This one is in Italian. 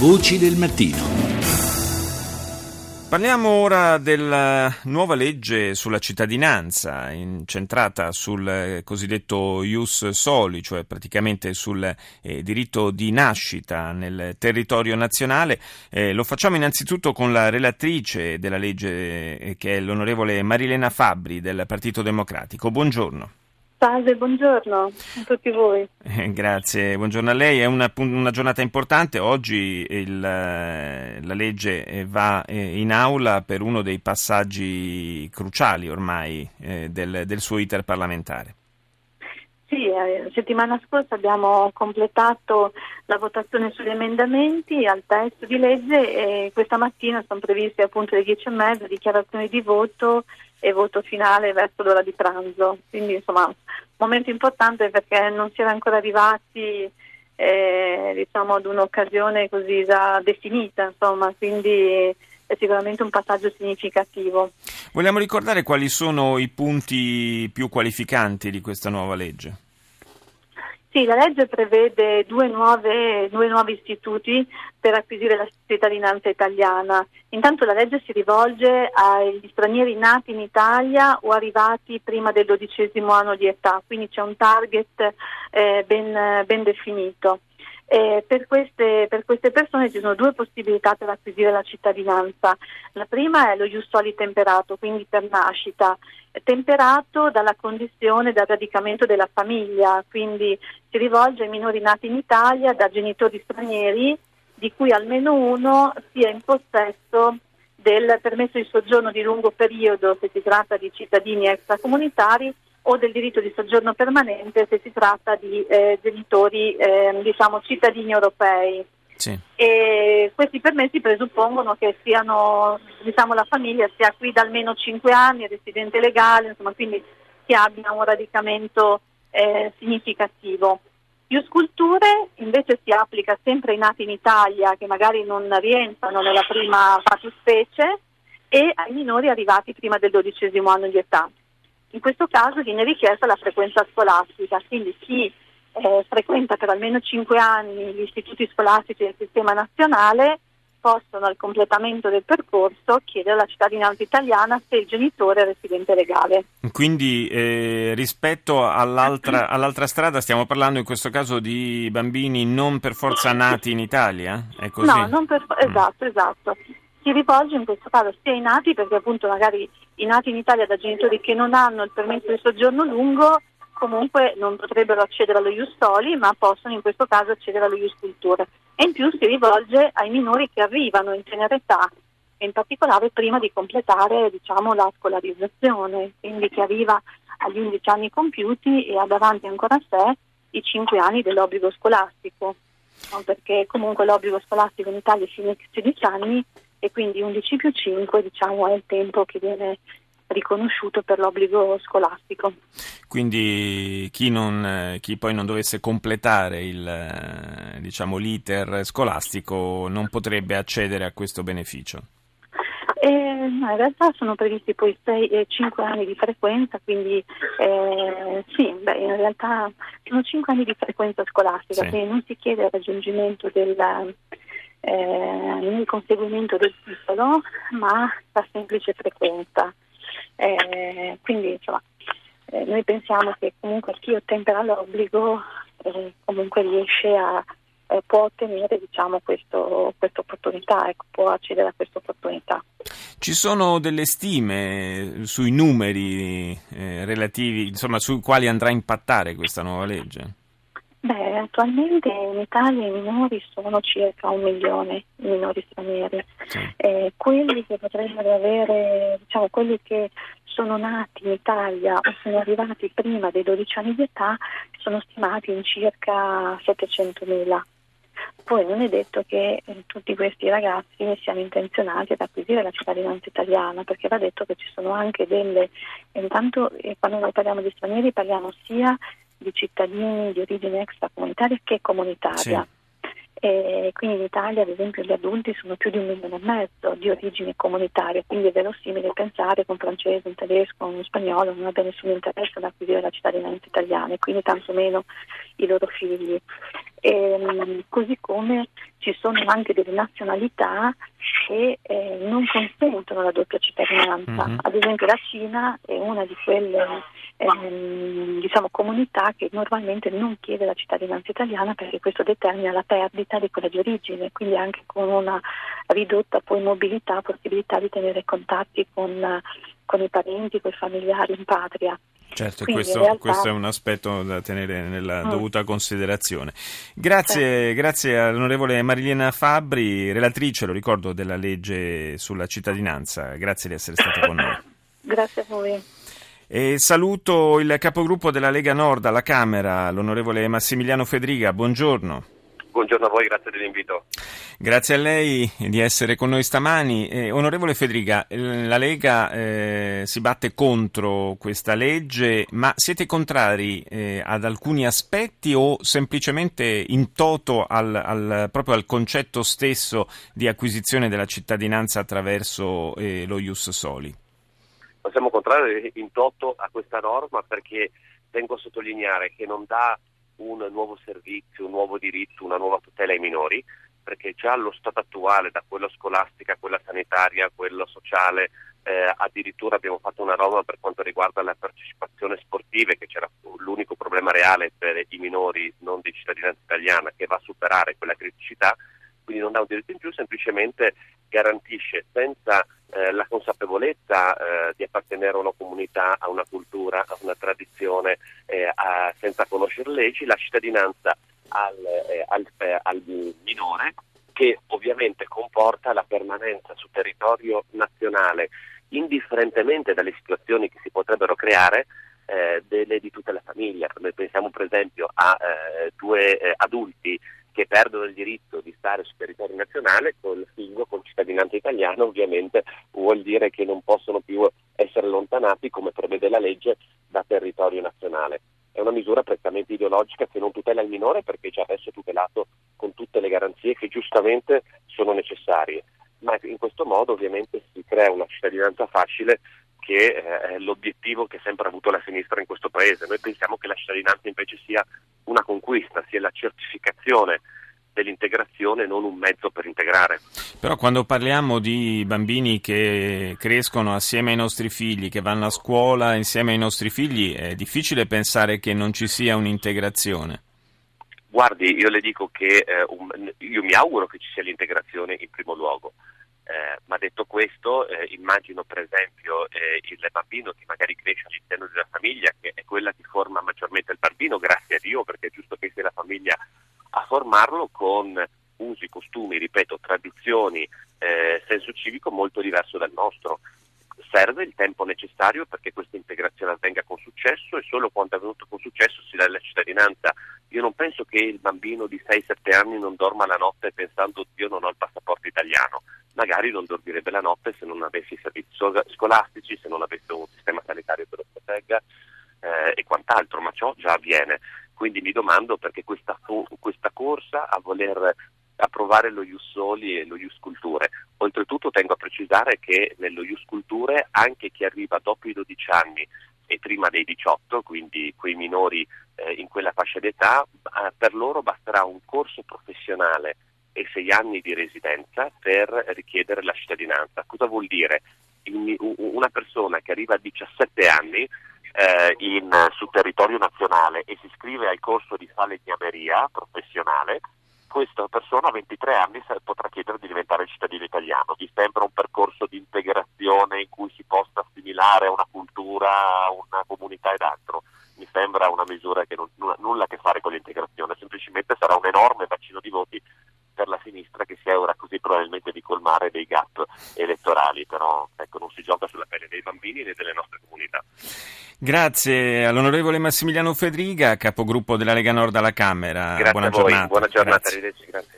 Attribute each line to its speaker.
Speaker 1: Voci del mattino.
Speaker 2: Parliamo ora della nuova legge sulla cittadinanza, incentrata sul cosiddetto ius soli, cioè praticamente sul diritto di nascita nel territorio nazionale. Lo facciamo innanzitutto con la relatrice della legge, che è l'onorevole Marilena Fabbri del Partito Democratico. Buongiorno.
Speaker 3: Salve, buongiorno a tutti voi.
Speaker 2: Grazie, buongiorno a lei. È una giornata importante. Oggi la legge va in aula per uno dei passaggi cruciali ormai del suo iter parlamentare.
Speaker 3: Sì, settimana scorsa abbiamo completato la votazione sugli emendamenti al testo di legge e questa mattina sono previste appunto le 10:30 dichiarazioni di voto e voto finale verso l'ora di pranzo. Quindi insomma momento importante perché non si era ancora arrivati ad un'occasione così già definita, insomma, quindi è sicuramente un passaggio significativo.
Speaker 2: Vogliamo ricordare quali sono i punti più qualificanti di questa nuova legge?
Speaker 3: Sì, la legge prevede due nuovi istituti per acquisire la cittadinanza italiana. Intanto la legge si rivolge agli stranieri nati in Italia o arrivati prima del 12° anno di età, quindi c'è un target ben definito. Per queste persone ci sono due possibilità per acquisire la cittadinanza. La prima è lo ius soli temperato, quindi per nascita, temperato dalla condizione del radicamento della famiglia, quindi si rivolge ai minori nati in Italia da genitori stranieri di cui almeno uno sia in possesso del permesso di soggiorno di lungo periodo se si tratta di cittadini extracomunitari o del diritto di soggiorno permanente se si tratta di genitori cittadini europei.
Speaker 2: Sì.
Speaker 3: E questi permessi presuppongono che la famiglia sia qui da almeno 5 anni, residente legale, insomma, quindi che abbia un radicamento significativo. Ius culturae invece si applica sempre ai nati in Italia che magari non rientrano nella prima fattispecie e ai minori arrivati prima del 12° anno di età. In questo caso viene richiesta la frequenza scolastica, quindi chi frequenta per almeno 5 anni gli istituti scolastici del sistema nazionale possono al completamento del percorso chiedere la cittadinanza italiana se il genitore è residente legale. Quindi
Speaker 2: rispetto all'altra strada stiamo parlando in questo caso di bambini non per forza nati in Italia? È così?
Speaker 3: No, non per esatto. Si rivolge in questo caso sia ai nati, perché appunto magari i nati in Italia da genitori che non hanno il permesso di soggiorno lungo comunque non potrebbero accedere allo ius soli, ma possono in questo caso accedere allo ius culturae. E in più si rivolge ai minori che arrivano in tenera età, e in particolare prima di completare la scolarizzazione, quindi che arriva agli 11 anni compiuti e ha davanti ancora a sé i 5 anni dell'obbligo scolastico, perché comunque l'obbligo scolastico in Italia è fino ai 16 anni e quindi 11 più 5 è il tempo che viene riconosciuto per l'obbligo scolastico.
Speaker 2: Quindi chi poi non dovesse completare l'iter scolastico non potrebbe accedere a questo beneficio?
Speaker 3: No, in realtà sono previsti poi 5 anni di frequenza, quindi in realtà sono 5 anni di frequenza scolastica, sì. Quindi non si chiede il raggiungimento il conseguimento del titolo, ma la semplice frequenza. Quindi noi pensiamo che comunque chi ottempera l'obbligo comunque riesce può ottenere questa opportunità, può accedere a questa opportunità.
Speaker 2: Ci sono delle stime sui numeri relativi, sui quali andrà a impattare questa nuova legge?
Speaker 3: Attualmente in Italia i minori sono circa 1 milione, i minori stranieri.
Speaker 2: Sì.
Speaker 3: Quelli che potrebbero avere, quelli che sono nati in Italia o sono arrivati prima dei 12 anni di età sono stimati in circa 700.000. Poi non è detto che tutti questi ragazzi siano intenzionati ad acquisire la cittadinanza italiana, perché va detto che ci sono anche intanto quando noi parliamo di stranieri parliamo sia di cittadini di origine extracomunitaria che comunitaria. Sì. Quindi in Italia ad esempio gli adulti sono più di 1,5 milioni di origine comunitaria, quindi è verosimile pensare che un francese, un tedesco, uno spagnolo non abbia nessun interesse ad acquisire la cittadinanza italiana e quindi tanto meno i loro figli. Così come ci sono anche delle nazionalità che non consentono la doppia cittadinanza. Ad esempio la Cina è una di quelle comunità che normalmente non chiede la cittadinanza italiana, perché questo determina la perdita di quella di origine, quindi anche con una ridotta poi mobilità, possibilità di tenere contatti con i parenti, con i familiari in patria.
Speaker 2: Certo,
Speaker 3: quindi
Speaker 2: questo è un aspetto da tenere nella dovuta considerazione. Grazie all'onorevole Marilena Fabbri, relatrice, lo ricordo, della legge sulla cittadinanza. Grazie di essere stata con noi.
Speaker 3: Grazie a voi.
Speaker 2: E saluto il capogruppo della Lega Nord alla Camera, l'onorevole Massimiliano Fedriga. Buongiorno.
Speaker 1: Buongiorno a voi, grazie dell'invito.
Speaker 2: Grazie a lei di essere con noi stamani. Onorevole Fedriga, la Lega si batte contro questa legge, ma siete contrari ad alcuni aspetti o semplicemente in toto proprio al concetto stesso di acquisizione della cittadinanza attraverso lo ius soli?
Speaker 1: Siamo contrari in toto a questa norma perché tengo a sottolineare che non dà un nuovo servizio, un nuovo diritto, una nuova tutela ai minori, perché già allo stato attuale, da quello scolastica, quella sanitaria, quello sociale, addirittura abbiamo fatto una norma per quanto riguarda la partecipazione sportiva, che c'era l'unico problema reale per i minori non di cittadinanza italiana, che va a superare quella criticità, quindi non dà un diritto in più, semplicemente garantisce senza la consapevolezza di appartenere a una comunità, a una cultura, a una tradizione, senza conoscere leggi, la cittadinanza al minore, che ovviamente comporta la permanenza sul territorio nazionale, indifferentemente dalle situazioni che si potrebbero creare, di tutta la famiglia. Noi pensiamo per esempio a due adulti che perdono il diritto di stare sul territorio nazionale col figlio con cittadinanza italiana, ovviamente vuol dire che non possono più essere allontanati, come prevede la legge, da territorio nazionale. È una misura prettamente ideologica che non tutela il minore, perché già adesso è tutelato con tutte le garanzie che giustamente sono necessarie, ma in questo modo ovviamente si crea una cittadinanza facile, che è l'obiettivo che sempre ha avuto la sinistra in questo paese. Noi pensiamo che la cittadinanza invece sia una conquista, sia la certificazione dell'integrazione, non un mezzo per integrare.
Speaker 2: Però quando parliamo di bambini che crescono assieme ai nostri figli, che vanno a scuola insieme ai nostri figli, è difficile pensare che non ci sia un'integrazione.
Speaker 1: Guardi, io le dico che io mi auguro che ci sia l'integrazione in primo luogo. Ma detto questo, immagino per esempio il bambino che magari cresce all'interno della famiglia, che è quella che forma maggiormente il bambino, grazie a Dio, perché è giusto che sia la famiglia a formarlo, con usi, costumi, ripeto, tradizioni, senso civico molto diverso dal nostro. Serve il tempo necessario perché questa integrazione avvenga con successo, e solo quando è avvenuto con successo si dà la cittadinanza. Io non penso che il bambino di 6-7 anni non dorma la notte pensando "oddio, non ho il passaporto italiano". Magari non dormirebbe la notte se non avessi i servizi scolastici, se non avesse un sistema sanitario che lo protegga e quant'altro, ma ciò già avviene. Quindi mi domando perché questa corsa a voler approvare lo ius soli e lo ius culture. Oltretutto tengo a precisare che nello ius culture anche chi arriva dopo i 12 anni e prima dei 18, quindi quei minori in quella fascia d'età, per loro basterà un corso professionale e 6 anni di residenza per richiedere la cittadinanza. Cosa vuol dire? Una persona che arriva a 17 anni sul territorio nazionale e si iscrive al corso di falegnameria professionale, questa persona a 23 anni potrà chiedere di diventare cittadino italiano. Vi sembra un percorso di integrazione in cui si possa assimilare a una cultura, a una comunità ed altro? Mi sembra una misura che non ha nulla a che fare con l'integrazione, semplicemente sarà un enorme bacino di voti per la sinistra, che si augura così probabilmente di colmare dei gap elettorali, però ecco, non si gioca sulla pelle dei bambini né delle nostre comunità.
Speaker 2: Grazie all'onorevole Massimiliano Fedriga, capogruppo della Lega Nord alla Camera.
Speaker 1: Grazie
Speaker 2: Buona
Speaker 1: a voi,
Speaker 2: giornata.
Speaker 1: buona giornata,
Speaker 2: Grazie.
Speaker 1: arrivederci, grazie.